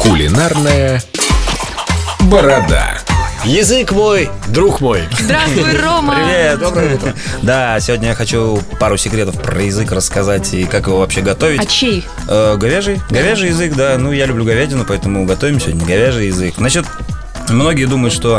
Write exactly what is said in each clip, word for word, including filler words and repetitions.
Кулинарная борода. Язык мой, друг мой. Здравствуй, Рома. Привет, доброе утро. Да, сегодня я хочу пару секретов про язык рассказать и как его вообще готовить. А чей? Э, говяжий. Говяжий язык, да. Ну, я люблю говядину, поэтому готовим сегодня говяжий язык. Значит, многие думают, что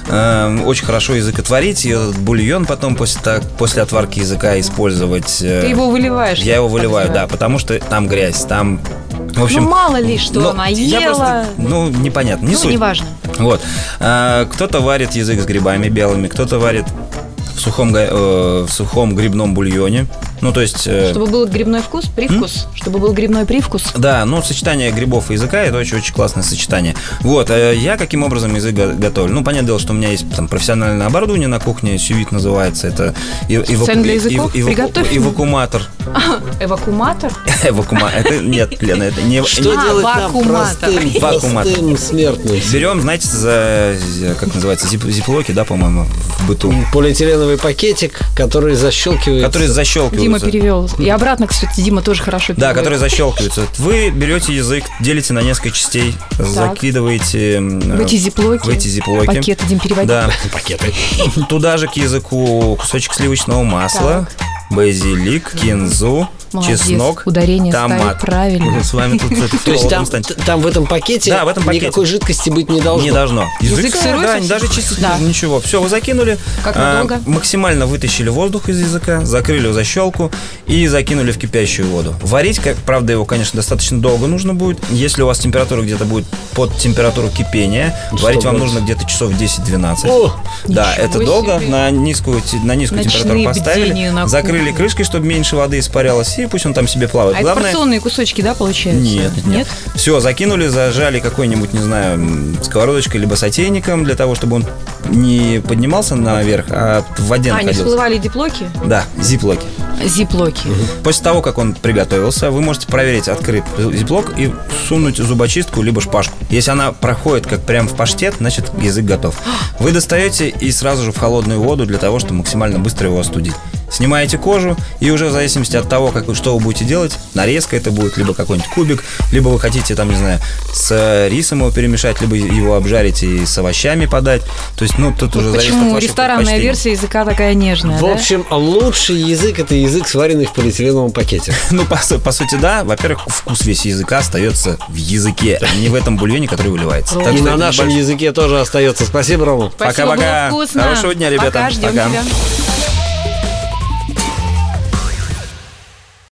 э, очень хорошо язык отварить, и этот бульон потом после, так, после отварки языка использовать. э, Ты его выливаешь? Я его выливаю, да, подозреваю. потому что там грязь, там... В общем, Ну, мало ли, что ну, она я ела. просто, ну, непонятно, не Ну, суть. неважно. Вот. А, кто-то варит язык с грибами белыми, кто-то варит в сухом, га- э, в сухом грибном бульоне. Ну, то есть... э, Чтобы был грибной вкус, привкус. Чтобы был грибной привкус. Да, ну, сочетание грибов и языка – это очень-очень классное сочетание. Вот, э, я каким образом язык го- готовлю? Ну, понятное дело, что у меня есть там профессиональное оборудование на кухне, сювит называется. Это и- эваку- Специально для и- языков? и- эваку- Приготовь. эвакуатор. Эвакуатор? Эвакума- Это нет, Лена, это не... Что А, делать нам вакууматор. простым, Вакууматор. простым смертным? Берем, знаете, за, за- как называется, зип- зиплоки, да, по-моему, в быту. Полиэтиленовый пакетик, который защелкивается. Которые защелкиваются. Дима перевел. И обратно, кстати, Дима тоже хорошо перевел. Да, которые защелкиваются. Вы берете язык, делите на несколько частей, закидываете м, В эти зиплоки. в эти зиплоки. Пакеты, Дим, переводи. Да. Пакеты. Туда же к языку кусочек сливочного масла, базилик, кинзу, Молодец. чеснок, Ударение томат. ставит правильно. Мы с вами тут это То есть там, станет. там в этом пакете Да, в этом пакете. никакой жидкости быть не должно. Не должно. Язык сырой да, совсем? даже чистить Да. ничего. Все, вы закинули. Как а, надолго? максимально вытащили воздух из языка, закрыли защелку и закинули в кипящую воду. Варить, как, правда, его, конечно, достаточно долго нужно будет. Если у вас температура где-то будет под температуру кипения, варить вам градусов? нужно где-то часов десять-двенадцать. О, Да, Ничего это долго. себе. На низкую, те- на низкую Ночные температуру поставили. бдения на Закрыли кухне. крышкой, чтобы меньше воды испарялось, и пусть он там себе плавает. А это порционные кусочки, да, получается? Нет, нет. Все, закинули, зажали какой-нибудь, не знаю, м, сковородочкой либо сотейником для того, чтобы он не поднимался наверх, а в воде А, не находился. всплывали диплоки? Да, зиплоки. Зиплоки. После того, как он приготовился, вы можете проверить, открыт зиплок и сунуть зубочистку либо шпажку. Если она проходит как прям в паштет, значит язык готов. Вы достаете и сразу же в холодную воду для того, чтобы максимально быстро его остудить. Снимаете кожу, и уже в зависимости от того, как, вы- что вы будете делать, нарезка это будет, либо какой-нибудь кубик, либо вы хотите, там, не знаю, с рисом его перемешать, либо его обжарить и с овощами подать. То есть, ну, тут уже зависит от Почему ваших ресторанная предпочтений. версия языка такая нежная, в да? общем, лучший язык – это язык, сваренный в полиэтиленовом пакете. Ну, по, су- по сути, да. Во-первых, вкус весь языка остается в языке, а не в этом бульоне, который выливается. Так И что на это нашем небольшой- языке тоже остается. Спасибо, Рома. Спасибо, Пока-пока. было вкусно. Хорошего дня, ребята. Пока, ждем Пока. тебя.